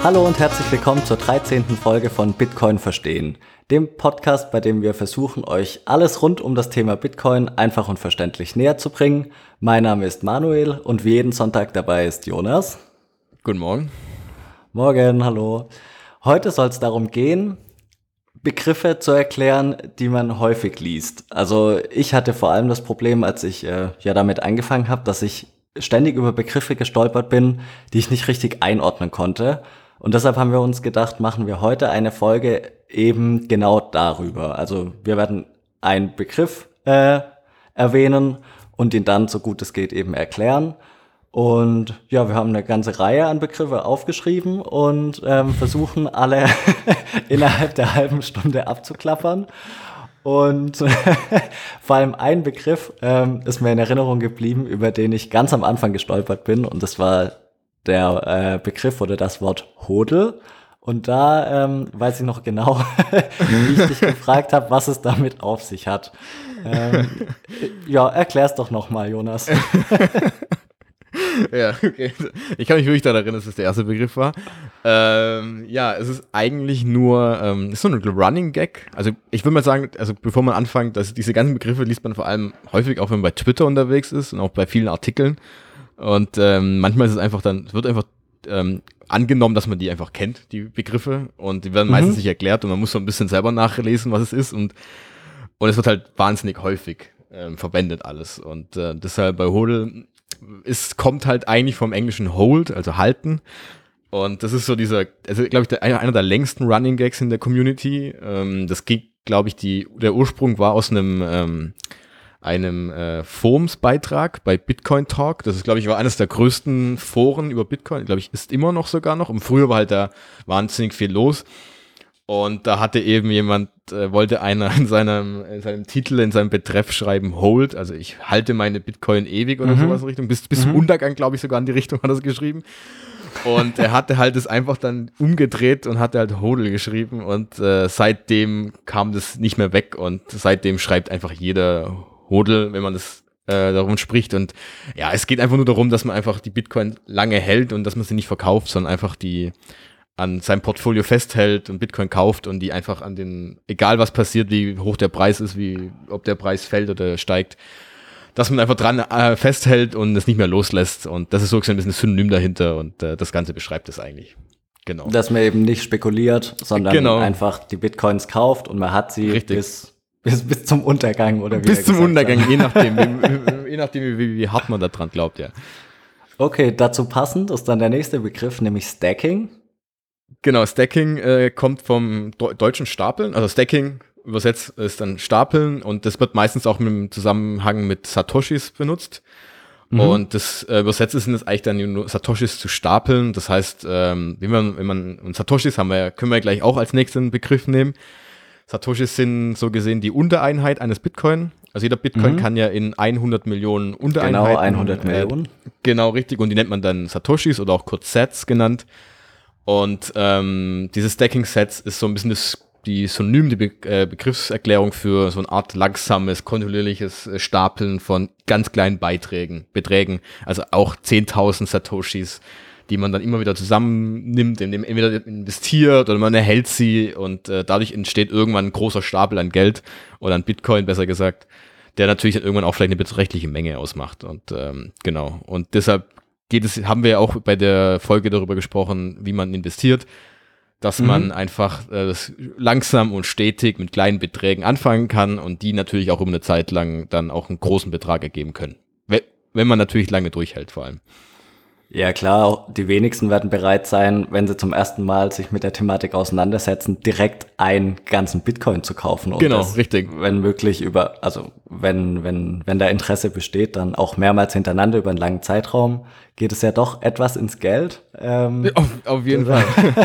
Hallo und herzlich willkommen zur 13. Folge von Bitcoin verstehen, dem Podcast, bei dem wir versuchen, euch alles rund um das Thema Bitcoin einfach und verständlich näher zu bringen. Mein Name ist Manuel und wie jeden Sonntag dabei ist Jonas. Guten Morgen. Morgen, hallo. Heute soll es darum gehen, Begriffe zu erklären, die man häufig liest. Also ich hatte vor allem das Problem, als ich damit angefangen habe, dass ich ständig über Begriffe gestolpert bin, die ich nicht richtig einordnen konnte. Und deshalb haben wir uns gedacht, machen wir heute eine Folge eben genau darüber. Also wir werden einen Begriff erwähnen und ihn dann, so gut es geht, eben erklären. Und ja, wir haben eine ganze Reihe an Begriffe aufgeschrieben und versuchen alle innerhalb der halben Stunde abzuklappern. Und vor allem ein Begriff ist mir in Erinnerung geblieben, über den ich ganz am Anfang gestolpert bin. Und das war der Begriff oder das Wort HODL. Und da weiß ich noch genau, wie ich dich gefragt habe, was es damit auf sich hat. Erklär's doch nochmal, Jonas. Ja, okay. Ich kann mich wirklich daran erinnern, dass das der erste Begriff war. Es ist eigentlich nur ist so ein Running Gag. Also ich würde mal sagen, also bevor man anfängt, also diese ganzen Begriffe liest man vor allem häufig auch, wenn man bei Twitter unterwegs ist und auch bei vielen Artikeln. Und manchmal ist es einfach wird einfach angenommen, dass man die einfach kennt, die Begriffe. Und die werden meistens nicht erklärt und man muss so ein bisschen selber nachlesen, was es ist. Und es wird halt wahnsinnig häufig verwendet alles. Und deshalb bei HODL kommt halt eigentlich vom englischen hold, also halten. Und das ist so glaube ich, einer der längsten Running Gags in der Community. Das geht, glaube ich, der Ursprung war aus einem Forums-Beitrag bei Bitcoin Talk. Das ist, glaube ich, war eines der größten Foren über Bitcoin. Glaube ich, ist immer noch sogar noch. Und früher war halt da wahnsinnig viel los. Und da hatte eben wollte einer in seinem Titel, in seinem Betreff schreiben, hold, also ich halte meine Bitcoin ewig oder sowas in Richtung, bis zum Untergang, glaube ich, sogar in die Richtung hat er es geschrieben. Und er hatte halt es einfach dann umgedreht und hatte halt HODL geschrieben und seitdem kam das nicht mehr weg und seitdem schreibt einfach jeder HODL, wenn man das darum spricht. Und ja, es geht einfach nur darum, dass man einfach die Bitcoin lange hält und dass man sie nicht verkauft, sondern einfach die an seinem Portfolio festhält und Bitcoin kauft und die einfach egal was passiert, wie hoch der Preis ist, ob der Preis fällt oder steigt, dass man einfach dran festhält und es nicht mehr loslässt. Und das ist so ein bisschen ein Synonym dahinter und das Ganze beschreibt es eigentlich. Genau. Dass man eben nicht spekuliert, sondern einfach die Bitcoins kauft und man hat sie bis zum Untergang oder wie bis zum Untergang, je nachdem, wie hart man da dran glaubt, ja. Okay, dazu passend ist dann der nächste Begriff, nämlich Stacking. Genau, Stacking kommt vom deutschen Stapeln, also Stacking übersetzt ist dann Stapeln und das wird meistens auch im Zusammenhang mit Satoshis benutzt. Und das übersetzt sind es eigentlich dann nur Satoshis zu stapeln. Das heißt, und Satoshis können wir gleich auch als nächsten Begriff nehmen. Satoshis sind so gesehen die Untereinheit eines Bitcoin. Also jeder Bitcoin kann ja in 100 Millionen Untereinheiten. Genau, 100 Millionen. Genau, richtig. Und die nennt man dann Satoshis oder auch kurz Sats genannt. Und diese Stacking-Sets ist so ein bisschen die Begriffserklärung für so eine Art langsames, kontinuierliches Stapeln von ganz kleinen Beträgen, also auch 10.000 Satoshis, die man dann immer wieder zusammennimmt, indem man entweder investiert oder man erhält sie und dadurch entsteht irgendwann ein großer Stapel an Geld oder an Bitcoin, besser gesagt, der natürlich dann irgendwann auch vielleicht eine beträchtliche Menge ausmacht. Und genau, und deshalb haben wir ja auch bei der Folge darüber gesprochen, wie man investiert, dass man einfach langsam und stetig mit kleinen Beträgen anfangen kann und die natürlich auch über eine Zeit lang dann auch einen großen Betrag ergeben können. Wenn man natürlich lange durchhält vor allem. Ja klar, die wenigsten werden bereit sein, wenn sie zum ersten Mal sich mit der Thematik auseinandersetzen, direkt einen ganzen Bitcoin zu kaufen. Und genau, richtig. Wenn möglich wenn da Interesse besteht, dann auch mehrmals hintereinander über einen langen Zeitraum, geht es ja doch etwas ins Geld. Auf jeden Fall.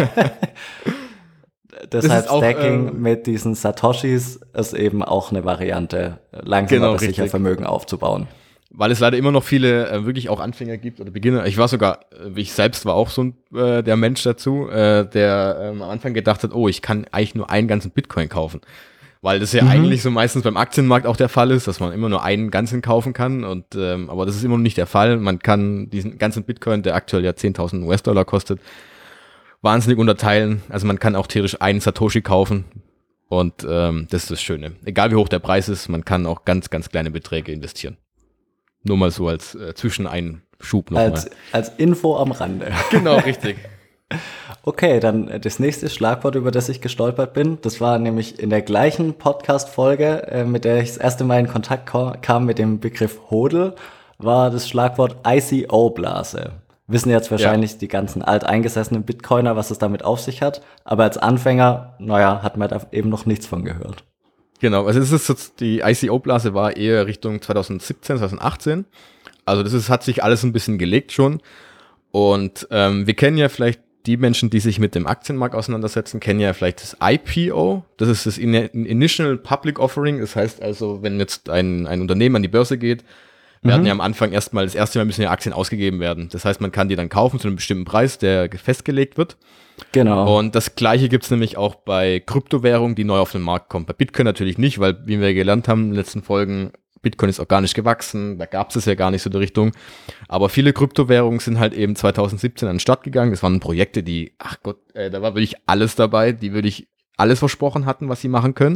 Deshalb Stacking mit diesen Satoshis ist eben auch eine Variante, langsam aber sicher Vermögen aufzubauen. Weil es leider immer noch viele wirklich auch Anfänger gibt oder Beginner. Ich selbst war auch so der Mensch dazu, der am Anfang gedacht hat, ich kann eigentlich nur einen ganzen Bitcoin kaufen. Weil das ja eigentlich so meistens beim Aktienmarkt auch der Fall ist, dass man immer nur einen ganzen kaufen kann. Aber das ist immer noch nicht der Fall. Man kann diesen ganzen Bitcoin, der aktuell ja 10.000 US-Dollar kostet, wahnsinnig unterteilen. Also man kann auch theoretisch einen Satoshi kaufen und das ist das Schöne. Egal wie hoch der Preis ist, man kann auch ganz, ganz kleine Beträge investieren. Nur mal so als Zwischeneinschub nochmal. Als Info am Rande. Genau, richtig. Okay, dann das nächste Schlagwort, über das ich gestolpert bin, das war nämlich in der gleichen Podcast-Folge, mit der ich das erste Mal in Kontakt kam mit dem Begriff HODL, war das Schlagwort ICO-Blase. Wissen jetzt wahrscheinlich die ganzen alteingesessenen Bitcoiner, was es damit auf sich hat, aber als Anfänger, hat man da eben noch nichts von gehört. Genau, also die ICO-Blase war eher Richtung 2017, 2018. Also hat sich alles ein bisschen gelegt schon. Und wir kennen ja vielleicht die Menschen, die sich mit dem Aktienmarkt auseinandersetzen, kennen ja vielleicht das IPO. Das ist das Initial Public Offering. Das heißt also, wenn jetzt ein Unternehmen an die Börse geht, werden ja am Anfang das erste Mal müssen ja Aktien ausgegeben werden. Das heißt, man kann die dann kaufen zu einem bestimmten Preis, der festgelegt wird. Genau. Und das Gleiche gibt es nämlich auch bei Kryptowährungen, die neu auf den Markt kommen. Bei Bitcoin natürlich nicht, weil, wie wir gelernt haben in den letzten Folgen, Bitcoin ist organisch gewachsen, da gab es ja gar nicht so in der Richtung. Aber viele Kryptowährungen sind halt eben 2017 an den Start gegangen. Das waren Projekte, die, da war wirklich alles dabei, die wirklich alles versprochen hatten, was sie machen können.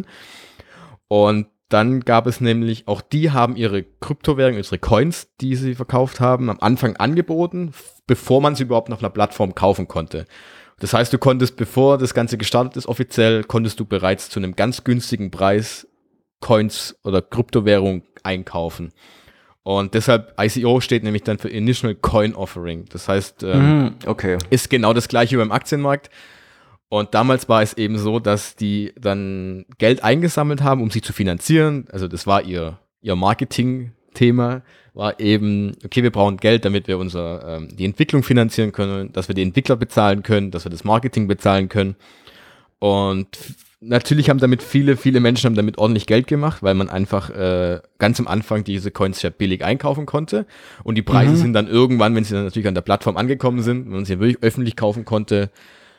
Und dann gab es nämlich, auch die haben ihre Kryptowährungen, ihre Coins, die sie verkauft haben, am Anfang angeboten, bevor man sie überhaupt auf einer Plattform kaufen konnte. Das heißt, du konntest, bevor das Ganze gestartet ist, offiziell, konntest du bereits zu einem ganz günstigen Preis Coins oder Kryptowährung einkaufen. Und deshalb ICO steht nämlich dann für Initial Coin Offering. Das heißt, ist genau das Gleiche wie beim Aktienmarkt. Und damals war es eben so, dass die dann Geld eingesammelt haben, um sich zu finanzieren. Also das war ihr Marketing-Thema, war eben, okay, wir brauchen Geld, damit wir die Entwicklung finanzieren können, dass wir die Entwickler bezahlen können, dass wir das Marketing bezahlen können. Und natürlich haben damit viele Menschen damit ordentlich Geld gemacht, weil man einfach ganz am Anfang diese Coins ja billig einkaufen konnte. Und die Preise sind dann irgendwann, wenn sie dann natürlich an der Plattform angekommen sind, wenn man sie wirklich öffentlich kaufen konnte,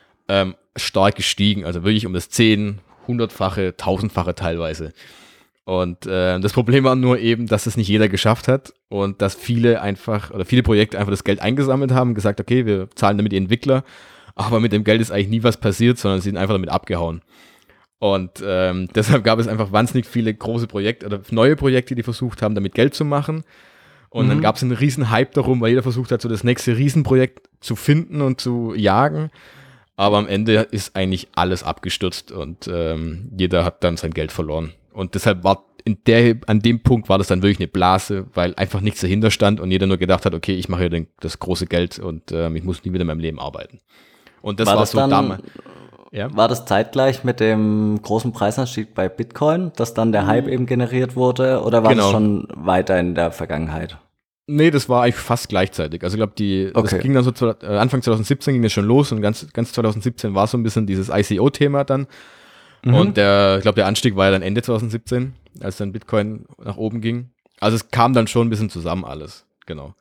stark gestiegen. Also wirklich um das 10, 100-fache, 1000-fache teilweise. Und das Problem war nur eben, dass es nicht jeder geschafft hat und dass viele Projekte einfach das Geld eingesammelt haben und gesagt, okay, wir zahlen damit die Entwickler, aber mit dem Geld ist eigentlich nie was passiert, sondern sie sind einfach damit abgehauen. Und deshalb gab es einfach wahnsinnig viele große Projekte oder neue Projekte, die versucht haben, damit Geld zu machen. Und dann gab es einen riesen Hype darum, weil jeder versucht hat, so das nächste Riesenprojekt zu finden und zu jagen. Aber am Ende ist eigentlich alles abgestürzt und jeder hat dann sein Geld verloren. Und deshalb war an dem Punkt war das dann wirklich eine Blase, weil einfach nichts dahinter stand und jeder nur gedacht hat, okay, ich mache hier das große Geld und ich muss nie wieder in meinem Leben arbeiten. Und das war so damals. Ja? War das zeitgleich mit dem großen Preisanstieg bei Bitcoin, dass dann der Hype eben generiert wurde, oder war das schon weiter in der Vergangenheit? Nee, das war eigentlich fast gleichzeitig. Also ich glaube, das ging dann so Anfang 2017 ging das schon los und ganz 2017 war so ein bisschen dieses ICO-Thema dann. Und ich glaube, der Anstieg war ja dann Ende 2017, als dann Bitcoin nach oben ging. Also es kam dann schon ein bisschen zusammen alles, genau.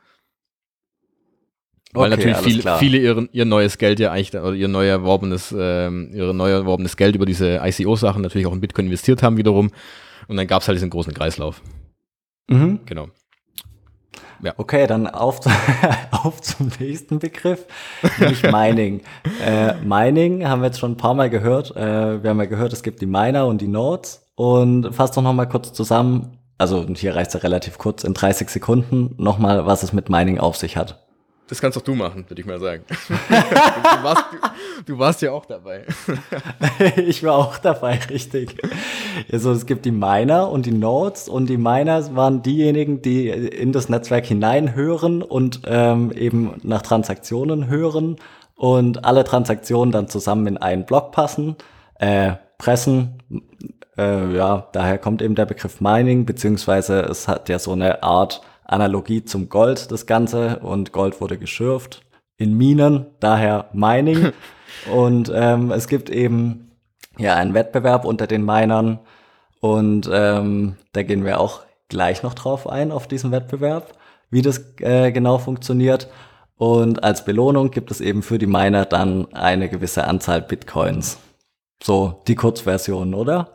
Weil natürlich viele ihr neues Geld ja eigentlich, oder ihr neu erworbenes Geld über diese ICO-Sachen natürlich auch in Bitcoin investiert haben wiederum. Und dann gab es halt diesen großen Kreislauf. Genau. Ja. Okay, dann auf zum nächsten Begriff, nämlich Mining. Mining haben wir jetzt schon ein paar Mal gehört. Wir haben ja gehört, es gibt die Miner und die Nodes. Und fass doch nochmal kurz zusammen, also hier reicht es ja relativ kurz, in 30 Sekunden nochmal, was es mit Mining auf sich hat. Das kannst doch du machen, würde ich mal sagen. Du warst ja auch dabei. Ich war auch dabei, richtig. Also es gibt die Miner und die Nodes und die Miner waren diejenigen, die in das Netzwerk hineinhören und eben nach Transaktionen hören und alle Transaktionen dann zusammen in einen Block pressen. Daher kommt eben der Begriff Mining, beziehungsweise es hat ja so eine Art Analogie zum Gold, das Ganze, und Gold wurde geschürft in Minen, daher Mining. Und es gibt eben einen Wettbewerb unter den Minern und da gehen wir auch gleich noch drauf ein, auf diesen Wettbewerb, wie das genau funktioniert. Und als Belohnung gibt es eben für die Miner dann eine gewisse Anzahl Bitcoins. So die Kurzversion, oder?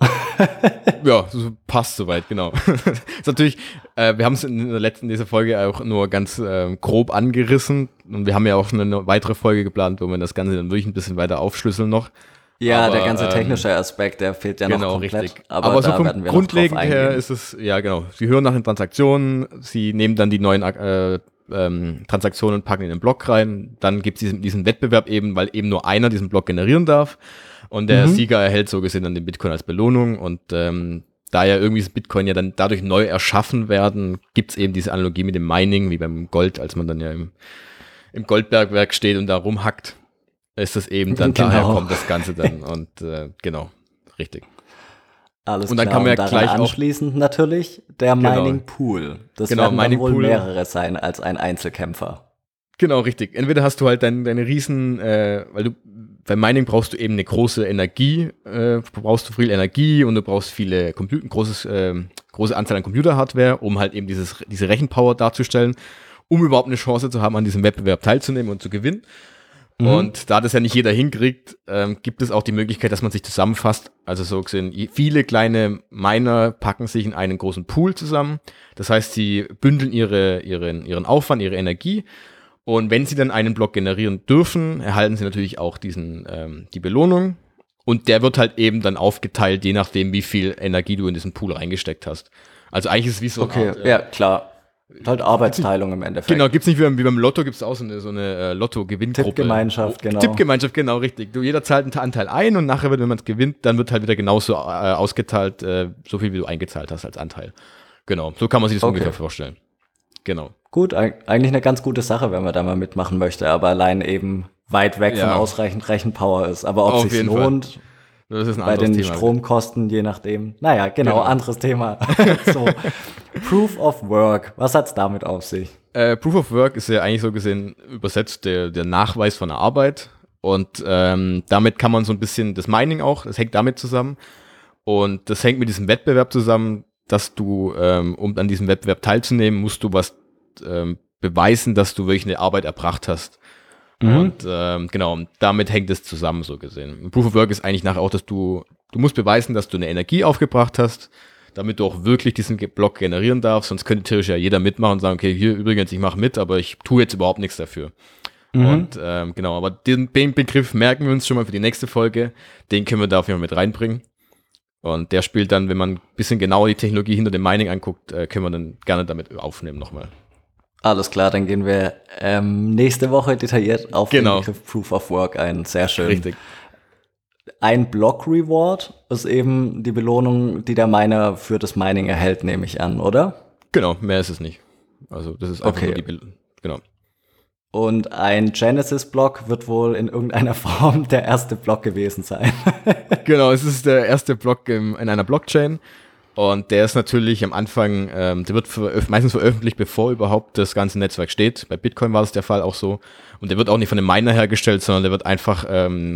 Ja, passt soweit, genau. Ist natürlich, wir haben es in der letzten dieser Folge auch nur ganz grob angerissen und wir haben ja auch eine weitere Folge geplant, wo wir das Ganze dann wirklich ein bisschen weiter aufschlüsseln noch. Ja, Aber, der ganze technische Aspekt, der fehlt ja noch genau, komplett. richtig. Aber so da vom werden wir noch drauf Grundlegend her eingehen. ist es, ja genau, sie hören nach den Transaktionen, sie nehmen dann die neuen Transaktionen und packen in den Block rein, dann gibt es diesen Wettbewerb eben, weil eben nur einer diesen Block generieren darf und der Sieger erhält so gesehen dann den Bitcoin als Belohnung und da ja irgendwie das Bitcoin ja dann dadurch neu erschaffen werden, gibt es eben diese Analogie mit dem Mining, wie beim Gold, als man dann ja im Goldbergwerk steht und da rumhackt, ist das eben dann, Genau. daher kommt das Ganze dann und genau, richtig. Alles Und dann klar. kann man ja daran gleich auch- anschließend natürlich der Genau. Mining Pool. Das Genau, werden dann Mining wohl Pool. mehrere sein als ein Einzelkämpfer. Genau, richtig. Entweder hast du halt deine riesen, weil du beim Mining brauchst du eben eine große Energie, brauchst du viel Energie und du brauchst viele große Anzahl an Computerhardware, um halt eben diese Rechenpower darzustellen, um überhaupt eine Chance zu haben, an diesem Wettbewerb teilzunehmen und zu gewinnen. Und da das ja nicht jeder hinkriegt, gibt es auch die Möglichkeit, dass man sich zusammenfasst. Also so gesehen, viele kleine Miner packen sich in einen großen Pool zusammen. Das heißt, sie bündeln ihren Aufwand, ihre Energie. Und wenn sie dann einen Block generieren dürfen, erhalten sie natürlich auch die Belohnung. Und der wird halt eben dann aufgeteilt, je nachdem, wie viel Energie du in diesen Pool reingesteckt hast. Also eigentlich ist es wie so Okay, eine Art, ja, klar. Halt Arbeitsteilung im Endeffekt. Genau, gibt's nicht wie beim Lotto, gibt's auch so eine Lotto-Gewinngruppe. Tippgemeinschaft, genau. Tippgemeinschaft, genau, richtig. Jeder zahlt einen Anteil ein und nachher, wenn man es gewinnt, dann wird halt wieder genauso ausgeteilt, so viel wie du eingezahlt hast als Anteil. Genau, so kann man sich das ungefähr vorstellen. Genau. Gut, eigentlich eine ganz gute Sache, wenn man da mal mitmachen möchte, aber allein eben weit weg von Ja. ausreichend Rechenpower ist. Aber ob Auf sich's jeden lohnt, Das ist ein bei anderes den Thema. Stromkosten, je nachdem. Naja, genau, Genau. anderes Thema. So. Proof of Work, was hat's damit auf sich? Proof of Work ist ja eigentlich so gesehen übersetzt der Nachweis von der Arbeit und damit kann man so ein bisschen das Mining auch, das hängt damit zusammen und das hängt mit diesem Wettbewerb zusammen, dass du, um an diesem Wettbewerb teilzunehmen, musst du was beweisen, dass du wirklich eine Arbeit erbracht hast. Und genau, damit hängt es zusammen, so gesehen. Und Proof of Work ist eigentlich nachher auch, dass du musst beweisen, dass du eine Energie aufgebracht hast, damit du auch wirklich diesen Block generieren darfst, sonst könnte theoretisch ja jeder mitmachen und sagen, okay, hier übrigens, ich mache mit, aber ich tue jetzt überhaupt nichts dafür. Und genau, aber den Begriff merken wir uns schon mal für die nächste Folge, den können wir da auf jeden Fall mit reinbringen. Und der spielt dann, wenn man ein bisschen genauer die Technologie hinter dem Mining anguckt, können wir dann gerne damit aufnehmen nochmal. Alles klar, dann gehen wir nächste Woche detailliert auf Genau. den Begriff Proof of Work ein. Sehr schön. Richtig. Ein Block-Reward ist eben die Belohnung, die der Miner für das Mining erhält, nehme ich an, oder? Genau, mehr ist es nicht. Also das ist einfach Okay. nur genau. Und ein Genesis-Block wird wohl in irgendeiner Form der erste Block gewesen sein. Genau, es ist der erste Block in einer Blockchain und der ist natürlich am Anfang, der wird meistens veröffentlicht, bevor überhaupt das ganze Netzwerk steht. Bei Bitcoin war das der Fall auch so und der wird auch nicht von dem Miner hergestellt, sondern der wird einfach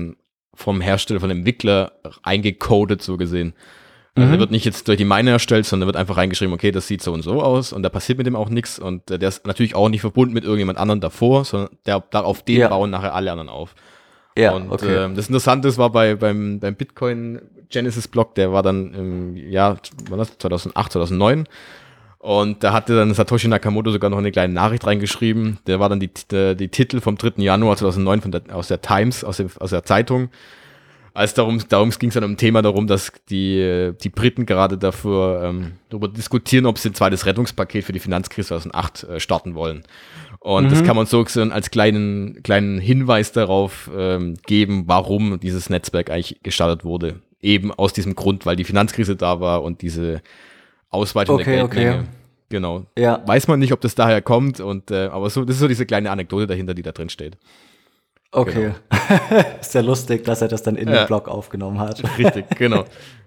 vom Hersteller, von dem Entwickler eingecodet, so gesehen. Also der wird nicht jetzt durch die Miner erstellt, sondern wird einfach reingeschrieben, okay, das sieht so und so aus und da passiert mit dem auch nichts und der ist natürlich auch nicht verbunden mit irgendjemand anderem davor, sondern auf den Ja. bauen nachher alle anderen auf. Ja, Und okay. das Interessante war beim Bitcoin Genesis Block, der war dann im Jahr 2008, 2009 und da hatte dann Satoshi Nakamoto sogar noch eine kleine Nachricht reingeschrieben. Der war dann die Titel vom 3. Januar 2009 aus der Times, aus der Zeitung. Als darum ging es dann um ein Thema darum, dass die Briten gerade darüber diskutieren, ob sie ein zweites Rettungspaket für die Finanzkrise 2008 starten wollen. Und das kann man so als kleinen Hinweis darauf geben, warum dieses Netzwerk eigentlich gestartet wurde. Eben aus diesem Grund, weil die Finanzkrise da war und diese Ausweitung der Geldmenge. Okay. Genau. Ja. Weiß man nicht, ob das daher kommt, aber so, das ist so diese kleine Anekdote dahinter, die da drin steht. Okay. Ist ja lustig, dass er das dann in Ja. den Blog aufgenommen hat. Richtig, genau.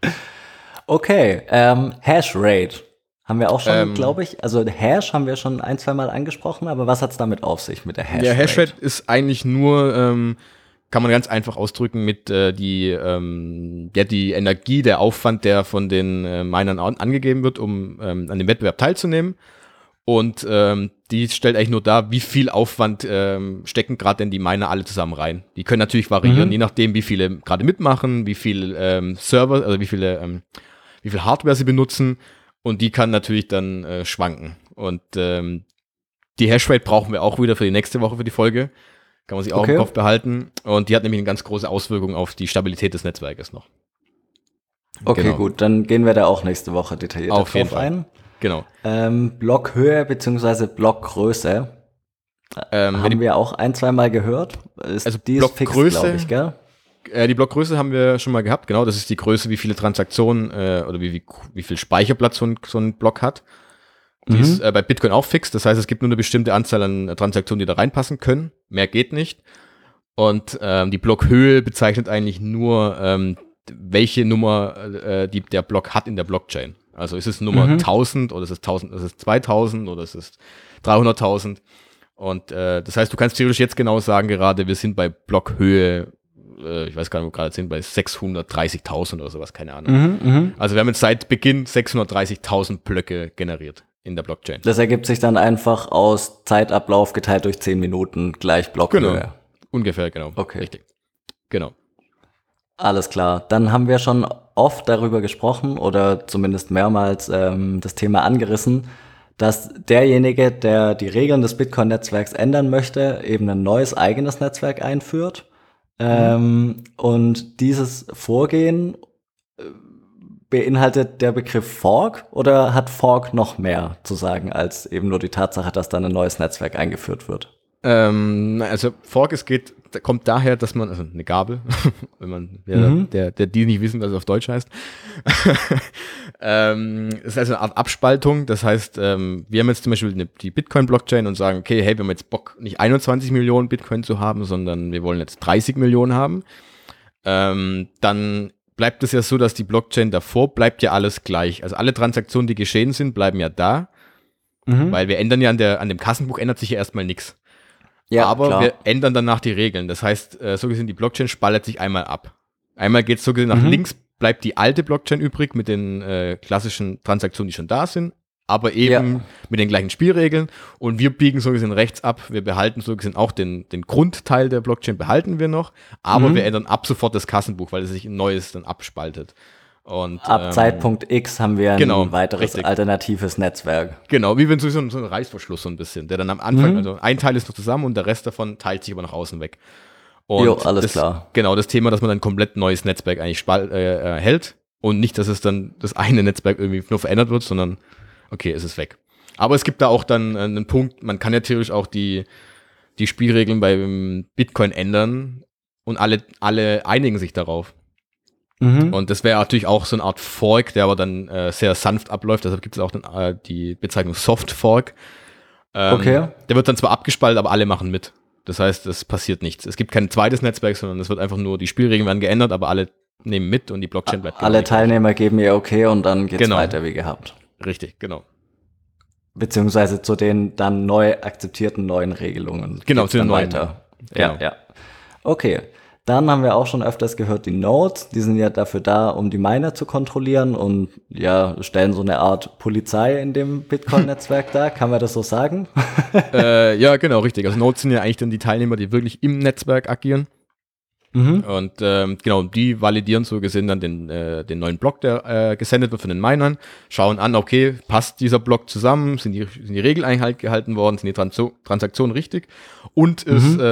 Okay, Hashrate haben wir auch schon, glaube ich. Also Hash haben wir schon ein, zwei Mal angesprochen, aber was hat's damit auf sich mit der Hashrate? Der Hashrate ist eigentlich nur, kann man ganz einfach ausdrücken mit die Energie, der Aufwand, der von den Minern angegeben wird, um an dem Wettbewerb teilzunehmen. Und die stellt eigentlich nur dar, wie viel Aufwand stecken gerade denn die Miner alle zusammen rein. Die können natürlich variieren, je nachdem, wie viele gerade mitmachen, wie viel Server, also wie viel Hardware sie benutzen. Und die kann natürlich dann schwanken. Und die Hashrate brauchen wir auch wieder für die nächste Woche für die Folge. Kann man sich auch im Kopf behalten. Und die hat nämlich eine ganz große Auswirkung auf die Stabilität des Netzwerkes noch. Okay, gut, dann gehen wir da auch nächste Woche detailliert auf jeden drauf Fall. ein. Genau. Blockhöhe bzw. Blockgröße haben wir auch 1-2 Mal gehört. Die ist fix, glaube ich, gell? Die Blockgröße haben wir schon mal gehabt, genau. Das ist die Größe, wie viele Transaktionen oder wie viel Speicherplatz so ein Block hat. Die ist bei Bitcoin auch fix. Das heißt, es gibt nur eine bestimmte Anzahl an Transaktionen, die da reinpassen können. Mehr geht nicht. Und die Blockhöhe bezeichnet eigentlich nur, welche Nummer die der Block hat in der Blockchain. Also ist es Nummer 1000 oder ist es 2000 oder ist es 300.000. Und das heißt, du kannst theoretisch jetzt genau sagen, gerade wir sind bei Blockhöhe, ich weiß gar nicht, wo wir gerade sind, bei 630.000 oder sowas, keine Ahnung. Also wir haben jetzt seit Beginn 630.000 Blöcke generiert in der Blockchain. Das ergibt sich dann einfach aus Zeitablauf geteilt durch 10 Minuten gleich Blockhöhe. Genau, ungefähr, genau. Okay. Richtig. Genau. Alles klar. Dann haben wir schon oft darüber gesprochen oder zumindest mehrmals das Thema angerissen, dass derjenige, der die Regeln des Bitcoin-Netzwerks ändern möchte, eben ein neues eigenes Netzwerk einführt. Und dieses Vorgehen beinhaltet der Begriff Fork oder hat Fork noch mehr zu sagen als eben nur die Tatsache, dass dann ein neues Netzwerk eingeführt wird? Also Fork kommt daher, dass man, also eine Gabel, wenn man, die nicht wissen, was es auf Deutsch heißt. Es ist also eine Art Abspaltung, das heißt, wir haben jetzt zum Beispiel die Bitcoin-Blockchain und sagen, okay, hey, wir haben jetzt Bock, nicht 21 Millionen Bitcoin zu haben, sondern wir wollen jetzt 30 Millionen haben. Dann bleibt es ja so, dass die Blockchain davor bleibt ja alles gleich. Also alle Transaktionen, die geschehen sind, bleiben ja da, weil wir ändern ja an dem Kassenbuch ändert sich ja erstmal nichts. Ja, aber klar, wir ändern danach die Regeln. Das heißt, so gesehen, die Blockchain spaltet sich einmal ab. Einmal geht es so gesehen nach links, bleibt die alte Blockchain übrig mit den klassischen Transaktionen, die schon da sind, aber eben mit den gleichen Spielregeln. Und wir biegen so gesehen rechts ab. Wir behalten so gesehen auch den Grundteil der Blockchain behalten wir noch, aber wir ändern ab sofort das Kassenbuch, weil es sich ein neues dann abspaltet. Und, ab Zeitpunkt X haben wir ein weiteres alternatives Netzwerk. Genau, wie wenn so ein Reißverschluss so ein bisschen, der dann am Anfang, also ein Teil ist noch zusammen und der Rest davon teilt sich aber nach außen weg. Und alles klar. Genau, das Thema, dass man dann ein komplett neues Netzwerk eigentlich hält und nicht, dass es dann das eine Netzwerk irgendwie nur verändert wird, sondern okay, es ist weg. Aber es gibt da auch dann einen Punkt, man kann ja theoretisch auch die Spielregeln beim Bitcoin ändern und alle einigen sich darauf. Und das wäre natürlich auch so eine Art Fork, der aber dann sehr sanft abläuft. Deshalb gibt es auch dann, die Bezeichnung Soft Fork. Der wird dann zwar abgespalten, aber alle machen mit. Das heißt, es passiert nichts. Es gibt kein zweites Netzwerk, sondern es wird einfach nur, die Spielregeln werden geändert, aber alle nehmen mit und die Blockchain bleibt. Alle Teilnehmer geben ihr okay und dann geht's weiter wie gehabt. Richtig, genau. Beziehungsweise zu den dann neu akzeptierten neuen Regelungen. Genau, zu den neuen. Weiter. Genau. Ja. Okay. Dann haben wir auch schon öfters gehört, die Nodes, die sind ja dafür da, um die Miner zu kontrollieren und stellen so eine Art Polizei in dem Bitcoin-Netzwerk dar. Kann man das so sagen? Ja, genau, richtig. Also Nodes sind ja eigentlich dann die Teilnehmer, die wirklich im Netzwerk agieren. Und genau, die validieren so gesehen dann den neuen Block, der gesendet wird von den Minern, schauen an, okay, passt dieser Block zusammen, sind die Regeln eingehalten worden, sind die Transaktionen richtig und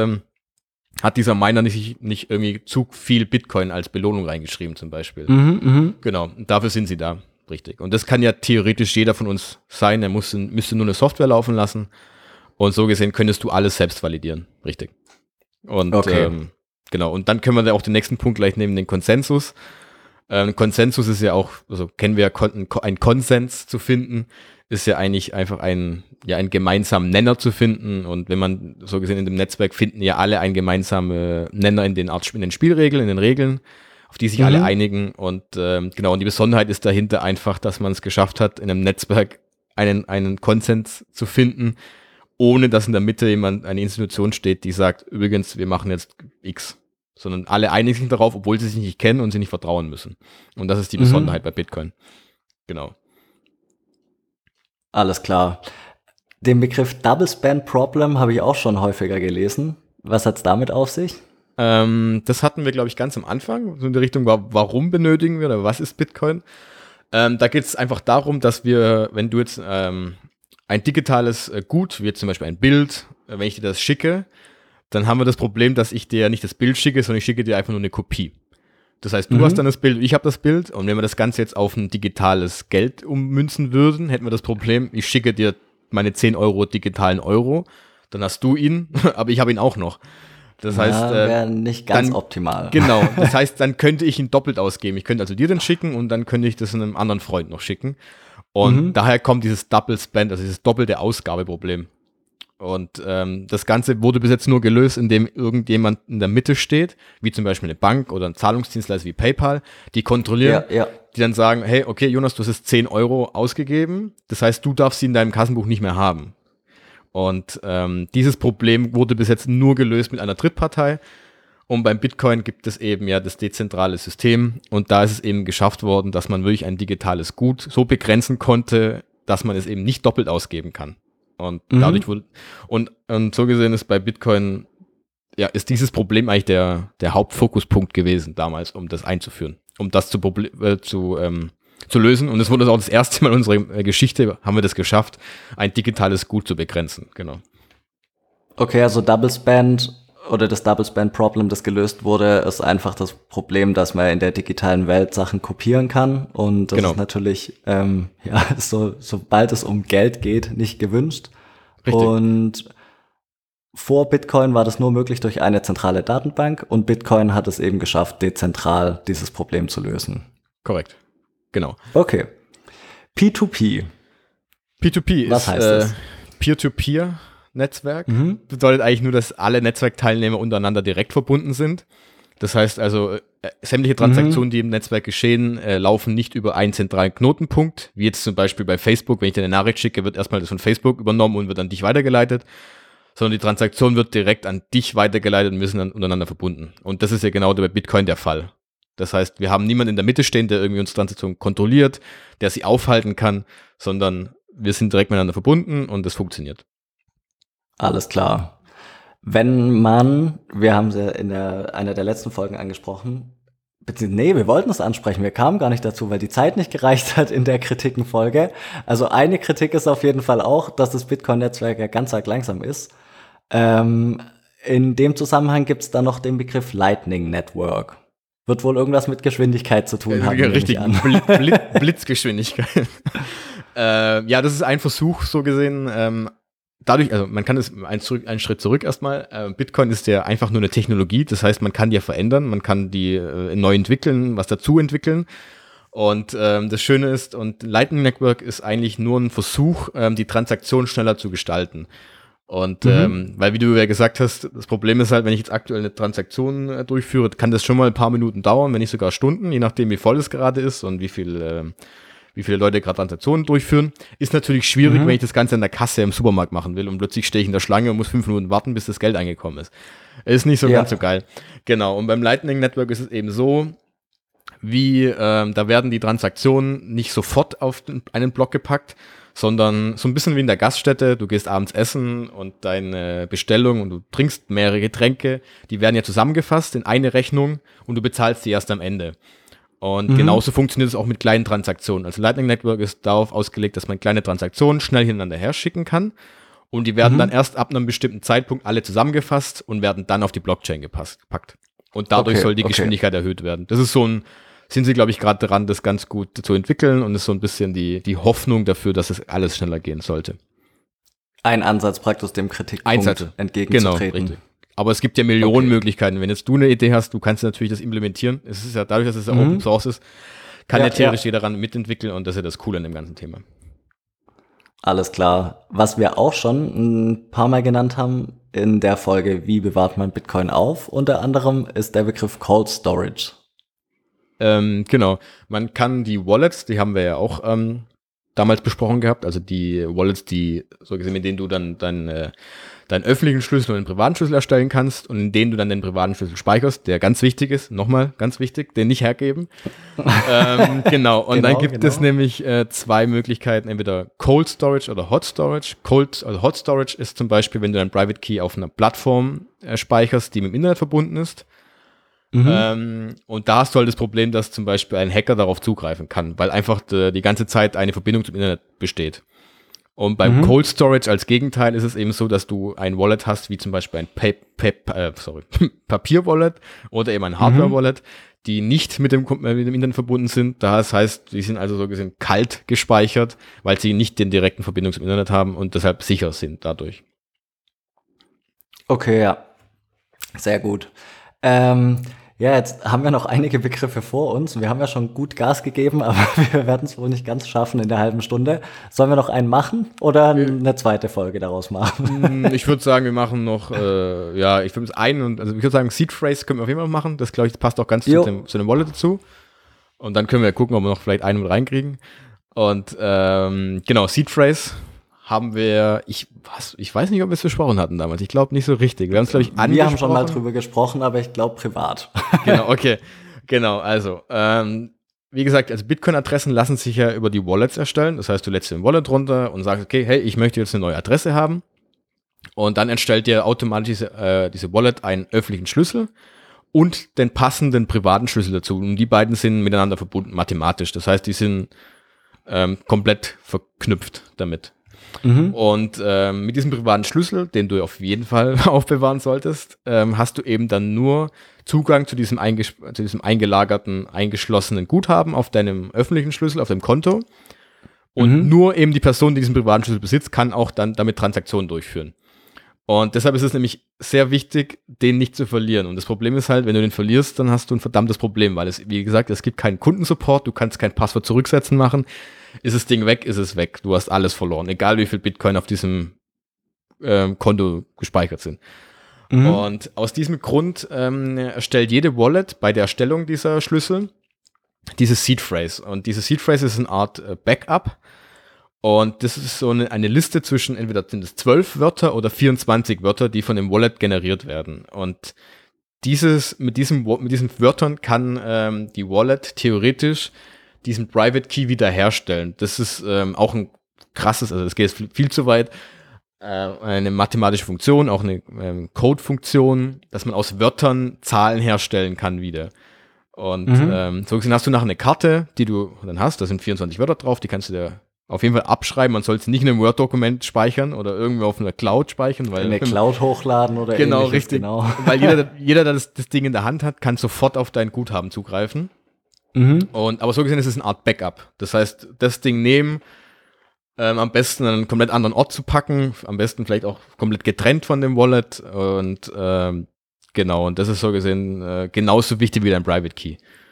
hat dieser Miner nicht irgendwie zu viel Bitcoin als Belohnung reingeschrieben zum Beispiel. Genau, und dafür sind sie da, richtig. Und das kann ja theoretisch jeder von uns sein, er müsste nur eine Software laufen lassen und so gesehen könntest du alles selbst validieren, richtig. Und genau, und dann können wir da auch den nächsten Punkt gleich nehmen, den Konsensus. Konsensus ist ja auch, also kennen wir ein Konsens zu finden, ist ja eigentlich einfach einen gemeinsamen Nenner zu finden. Und wenn man so gesehen in dem Netzwerk finden ja alle einen gemeinsamen Nenner in den Spielregeln, in den Regeln, auf die sich alle einigen. Und genau, und die Besonderheit ist dahinter einfach, dass man es geschafft hat, in einem Netzwerk einen Konsens zu finden, ohne dass in der Mitte eine Institution steht, die sagt, übrigens, wir machen jetzt X. Sondern alle einigen sich darauf, obwohl sie sich nicht kennen und sie nicht vertrauen müssen. Und das ist die Besonderheit bei Bitcoin. Genau. Alles klar. Den Begriff Double Spend Problem habe ich auch schon häufiger gelesen. Was hat's damit auf sich? Das hatten wir, glaube ich, ganz am Anfang, so in der Richtung, warum benötigen wir oder was ist Bitcoin? Da geht es einfach darum, dass wir, wenn du jetzt ein digitales Gut, wie jetzt zum Beispiel ein Bild, wenn ich dir das schicke, dann haben wir das Problem, dass ich dir nicht das Bild schicke, sondern ich schicke dir einfach nur eine Kopie. Das heißt, du hast dann das Bild, ich habe das Bild, und wenn wir das Ganze jetzt auf ein digitales Geld ummünzen würden, hätten wir das Problem, ich schicke dir meine 10 Euro digitalen Euro, dann hast du ihn, aber ich habe ihn auch noch. Das heißt, wäre nicht ganz dann, optimal. Genau, das heißt, dann könnte ich ihn doppelt ausgeben. Ich könnte also dir den schicken und dann könnte ich das einem anderen Freund noch schicken. Und daher kommt dieses Double Spend, also dieses doppelte Ausgabeproblem. Und das Ganze wurde bis jetzt nur gelöst, indem irgendjemand in der Mitte steht, wie zum Beispiel eine Bank oder ein Zahlungsdienstleister wie PayPal, die kontrollieren, die dann sagen, hey, okay, Jonas, du hast jetzt 10 Euro ausgegeben, das heißt, du darfst sie in deinem Kassenbuch nicht mehr haben. Und dieses Problem wurde bis jetzt nur gelöst mit einer Drittpartei. Und beim Bitcoin gibt es eben ja das dezentrale System. Und da ist es eben geschafft worden, dass man wirklich ein digitales Gut so begrenzen konnte, dass man es eben nicht doppelt ausgeben kann. Und dadurch wurde, und so gesehen ist bei Bitcoin, ja, ist dieses Problem eigentlich der Hauptfokuspunkt gewesen damals, um das einzuführen, um das zu lösen. Und es wurde auch das erste Mal in unserer Geschichte, haben wir das geschafft, ein digitales Gut zu begrenzen. Genau. Okay, also Double Spend oder das Double Spend Problem, das gelöst wurde, ist einfach das Problem, dass man in der digitalen Welt Sachen kopieren kann. Und das ist natürlich, sobald es um Geld geht, nicht gewünscht. Richtig. Und vor Bitcoin war das nur möglich durch eine zentrale Datenbank und Bitcoin hat es eben geschafft, dezentral dieses Problem zu lösen. Korrekt. Genau. Okay. P2P. P2P Was heißt das? Peer-to-Peer-Netzwerk. Bedeutet eigentlich nur, dass alle Netzwerkteilnehmer untereinander direkt verbunden sind. Das heißt also, sämtliche Transaktionen, die im Netzwerk geschehen, laufen nicht über einen zentralen Knotenpunkt, wie jetzt zum Beispiel bei Facebook. Wenn ich dir eine Nachricht schicke, wird erstmal das von Facebook übernommen und wird an dich weitergeleitet, sondern die Transaktion wird direkt an dich weitergeleitet und wir sind dann untereinander verbunden. Und das ist ja genau bei Bitcoin der Fall. Das heißt, wir haben niemanden in der Mitte stehen, der irgendwie unsere Transaktion kontrolliert, der sie aufhalten kann, sondern wir sind direkt miteinander verbunden und das funktioniert. Alles klar. Wenn man, wir haben es ja in einer der letzten Folgen angesprochen, wir wollten es ansprechen, wir kamen gar nicht dazu, weil die Zeit nicht gereicht hat in der Kritikenfolge. Also eine Kritik ist auf jeden Fall auch, dass das Bitcoin-Netzwerk ja ganz arg langsam ist. In dem Zusammenhang gibt es da noch den Begriff Lightning Network. Wird wohl irgendwas mit Geschwindigkeit zu tun haben. Ja, richtig, Blitzgeschwindigkeit. Ja, das ist ein Versuch, so gesehen. Dadurch, also man kann es einen Schritt zurück erstmal. Bitcoin ist ja einfach nur eine Technologie, das heißt, man kann die ja verändern, man kann die neu entwickeln, was dazu entwickeln. Und das Schöne ist, und Lightning Network ist eigentlich nur ein Versuch, die Transaktion schneller zu gestalten. Und weil, wie du ja gesagt hast, das Problem ist halt, wenn ich jetzt aktuell eine Transaktion durchführe, kann das schon mal ein paar Minuten dauern, wenn nicht sogar Stunden, je nachdem, wie voll es gerade ist und wie viele Leute gerade Transaktionen durchführen. Ist natürlich schwierig, wenn ich das Ganze an der Kasse im Supermarkt machen will und plötzlich stehe ich in der Schlange und muss 5 Minuten warten, bis das Geld angekommen ist. Ist nicht so ganz so geil. Genau, und beim Lightning Network ist es eben so, da werden die Transaktionen nicht sofort auf einen Block gepackt, sondern so ein bisschen wie in der Gaststätte, du gehst abends essen und deine Bestellung und du trinkst mehrere Getränke, die werden ja zusammengefasst in eine Rechnung und du bezahlst sie erst am Ende. Und genauso funktioniert es auch mit kleinen Transaktionen. Also Lightning Network ist darauf ausgelegt, dass man kleine Transaktionen schnell hintereinander herschicken kann und die werden dann erst ab einem bestimmten Zeitpunkt alle zusammengefasst und werden dann auf die Blockchain gepackt. Und dadurch soll die Geschwindigkeit erhöht werden. Das ist sind sie, glaube ich, gerade dran, das ganz gut zu entwickeln und ist so ein bisschen die Hoffnung dafür, dass es alles schneller gehen sollte. Ein Ansatz praktisch dem Kritikpunkt entgegenzutreten. Genau, richtig. Aber es gibt ja Millionen Möglichkeiten. Wenn jetzt du eine Idee hast, du kannst natürlich das implementieren. Es ist ja dadurch, dass es ja Open Source ist, kann ja theoretisch jeder daran mitentwickeln und das ist ja das Coole an dem ganzen Thema. Alles klar. Was wir auch schon ein paar Mal genannt haben in der Folge, wie bewahrt man Bitcoin auf, unter anderem ist der Begriff Cold Storage. Genau. Man kann die Wallets, die haben wir ja auch damals besprochen gehabt, also die Wallets, die so gesehen, mit denen du dann deinen öffentlichen Schlüssel und den privaten Schlüssel erstellen kannst und in denen du dann den privaten Schlüssel speicherst, der ganz wichtig ist, nochmal ganz wichtig, den nicht hergeben. Genau, und dann gibt es nämlich zwei Möglichkeiten, entweder Cold Storage oder Hot Storage. Hot Storage ist zum Beispiel, wenn du deinen Private Key auf einer Plattform speicherst, die mit dem Internet verbunden ist. Und da hast du halt das Problem, dass zum Beispiel ein Hacker darauf zugreifen kann, weil einfach die ganze Zeit eine Verbindung zum Internet besteht. Und beim Cold Storage als Gegenteil ist es eben so, dass du ein Wallet hast, wie zum Beispiel ein Papier-Wallet oder eben ein Hardware-Wallet, die nicht mit dem Internet verbunden sind. Das heißt, die sind also so gesehen kalt gespeichert, weil sie nicht den direkten Verbindung zum Internet haben und deshalb sicher sind dadurch. Okay, ja. Sehr gut. Ja, jetzt haben wir noch einige Begriffe vor uns. Wir haben ja schon gut Gas gegeben, aber wir werden es wohl nicht ganz schaffen in der halben Stunde. Sollen wir noch einen machen oder eine zweite Folge daraus machen? Ich würde sagen, wir machen noch, ich würde sagen, Seed Phrase können wir auf jeden Fall machen. Das, glaube ich, passt auch ganz zu dem Wallet dazu. Und dann können wir gucken, ob wir noch vielleicht einen mit reinkriegen. Und genau, Seed Phrase haben wir, ich weiß nicht, ob wir es besprochen hatten damals. Ich glaube nicht so richtig. Wir haben es, glaube ich, angesprochen. Wir haben schon mal drüber gesprochen, aber ich glaube privat. Genau, okay. Genau, also, wie gesagt, also Bitcoin-Adressen lassen sich ja über die Wallets erstellen. Das heißt, du lädst den Wallet runter und sagst, okay, hey, ich möchte jetzt eine neue Adresse haben. Und dann erstellt dir automatisch diese Wallet einen öffentlichen Schlüssel und den passenden privaten Schlüssel dazu. Und die beiden sind miteinander verbunden, mathematisch. Das heißt, die sind komplett verknüpft damit. Und mit diesem privaten Schlüssel, den du auf jeden Fall aufbewahren solltest, hast du eben dann nur Zugang zu diesem eingelagerten, eingeschlossenen Guthaben auf deinem öffentlichen Schlüssel, auf dem Konto. Und nur eben die Person, die diesen privaten Schlüssel besitzt, kann auch dann damit Transaktionen durchführen. Und deshalb ist es nämlich sehr wichtig, den nicht zu verlieren. Und das Problem ist halt, wenn du den verlierst, dann hast du ein verdammtes Problem, weil es, wie gesagt, es gibt keinen Kundensupport, du kannst kein Passwort zurücksetzen machen. Ist das Ding weg, ist es weg. Du hast alles verloren, egal wie viel Bitcoin auf diesem Konto gespeichert sind. Und aus diesem Grund erstellt jede Wallet bei der Erstellung dieser Schlüssel diese Seed Phrase. Und diese Seed Phrase ist eine Art Backup. Und das ist so eine Liste zwischen, entweder sind es 12 Wörter oder 24 Wörter, die von dem Wallet generiert werden. Und mit diesen Wörtern kann die Wallet theoretisch diesen Private Key wiederherstellen. Das ist auch ein krasses, also das geht viel zu weit, eine mathematische Funktion, auch eine Code-Funktion, dass man aus Wörtern Zahlen herstellen kann wieder. Und so gesehen hast du nachher eine Karte, die du dann hast, da sind 24 Wörter drauf, die kannst du dir auf jeden Fall abschreiben. Man soll es nicht in einem Word-Dokument speichern oder irgendwo auf einer Cloud speichern. Weil in der Cloud hochladen oder genau, ähnliches. Richtig. Genau, weil jeder der das Ding in der Hand hat, kann sofort auf dein Guthaben zugreifen. Aber so gesehen ist es eine Art Backup. Das heißt, das Ding nehmen, am besten an einen komplett anderen Ort zu packen, am besten vielleicht auch komplett getrennt von dem Wallet und genau, und das ist so gesehen genauso wichtig wie dein Private Key.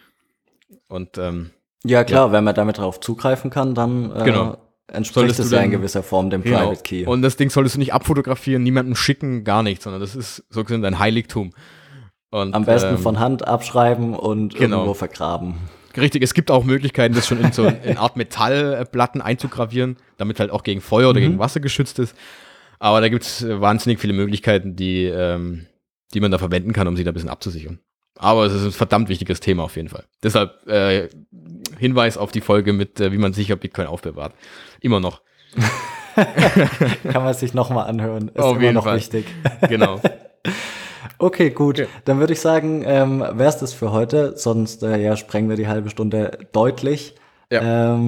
Und ja klar, wenn man damit drauf zugreifen kann, dann entspricht es ja in gewisser Form dem Private Key. Und das Ding solltest du nicht abfotografieren, niemandem schicken, gar nichts, sondern das ist so gesehen dein Heiligtum. Und, am besten von Hand abschreiben und irgendwo vergraben. Richtig, es gibt auch Möglichkeiten, das schon in so eine Art Metallplatten einzugravieren, damit halt auch gegen Feuer oder gegen Wasser geschützt ist. Aber da gibt es wahnsinnig viele Möglichkeiten, die man da verwenden kann, um sich da ein bisschen abzusichern. Aber es ist ein verdammt wichtiges Thema auf jeden Fall. Deshalb Hinweis auf die Folge mit, wie man sicher Bitcoin aufbewahrt. Immer noch. Kann man sich nochmal anhören. Ist auf immer jeden noch Fall. Wichtig. Genau. Okay, gut. Okay. Dann würde ich sagen, wäre es das für heute. Sonst sprengen wir die halbe Stunde deutlich. Ja.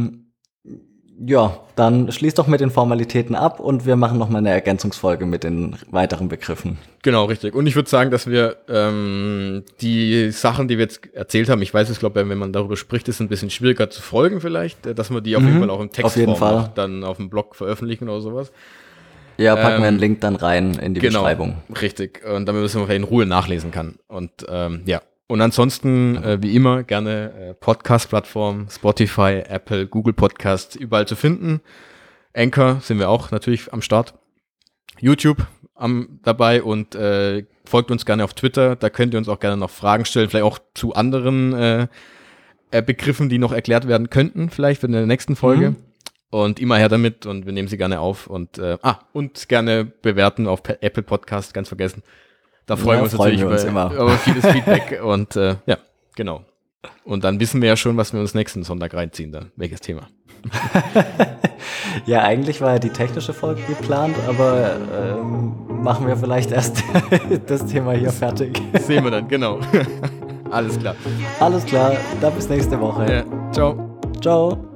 Ja, dann schließ doch mit den Formalitäten ab und wir machen nochmal eine Ergänzungsfolge mit den weiteren Begriffen. Genau, richtig. Und ich würde sagen, dass wir die Sachen, die wir jetzt erzählt haben, ich weiß es, glaube, wenn man darüber spricht, ist es ein bisschen schwieriger zu folgen vielleicht, dass wir die auf jeden Fall auch im Textform noch dann auf dem Blog veröffentlichen oder sowas. Ja, packen wir einen Link dann rein in die Beschreibung. Richtig. Und damit man in Ruhe nachlesen kann. Und ja. Und ansonsten, wie immer, gerne Podcast-Plattform, Spotify, Apple, Google Podcast, überall zu finden. Anchor sind wir auch natürlich am Start. YouTube dabei und folgt uns gerne auf Twitter. Da könnt ihr uns auch gerne noch Fragen stellen, vielleicht auch zu anderen Begriffen, die noch erklärt werden könnten, vielleicht in der nächsten Folge. Und immer her damit und wir nehmen sie gerne auf. Und gerne bewerten auf Apple Podcast, ganz vergessen. Da freuen wir uns natürlich über vieles Feedback. Und genau. Und dann wissen wir ja schon, was wir uns nächsten Sonntag reinziehen, dann welches Thema. Ja, eigentlich war ja die technische Folge geplant, aber machen wir vielleicht erst das Thema hier fertig. Sehen wir dann, genau. Alles klar. Alles klar, dann bis nächste Woche. Ja, ciao. Ciao.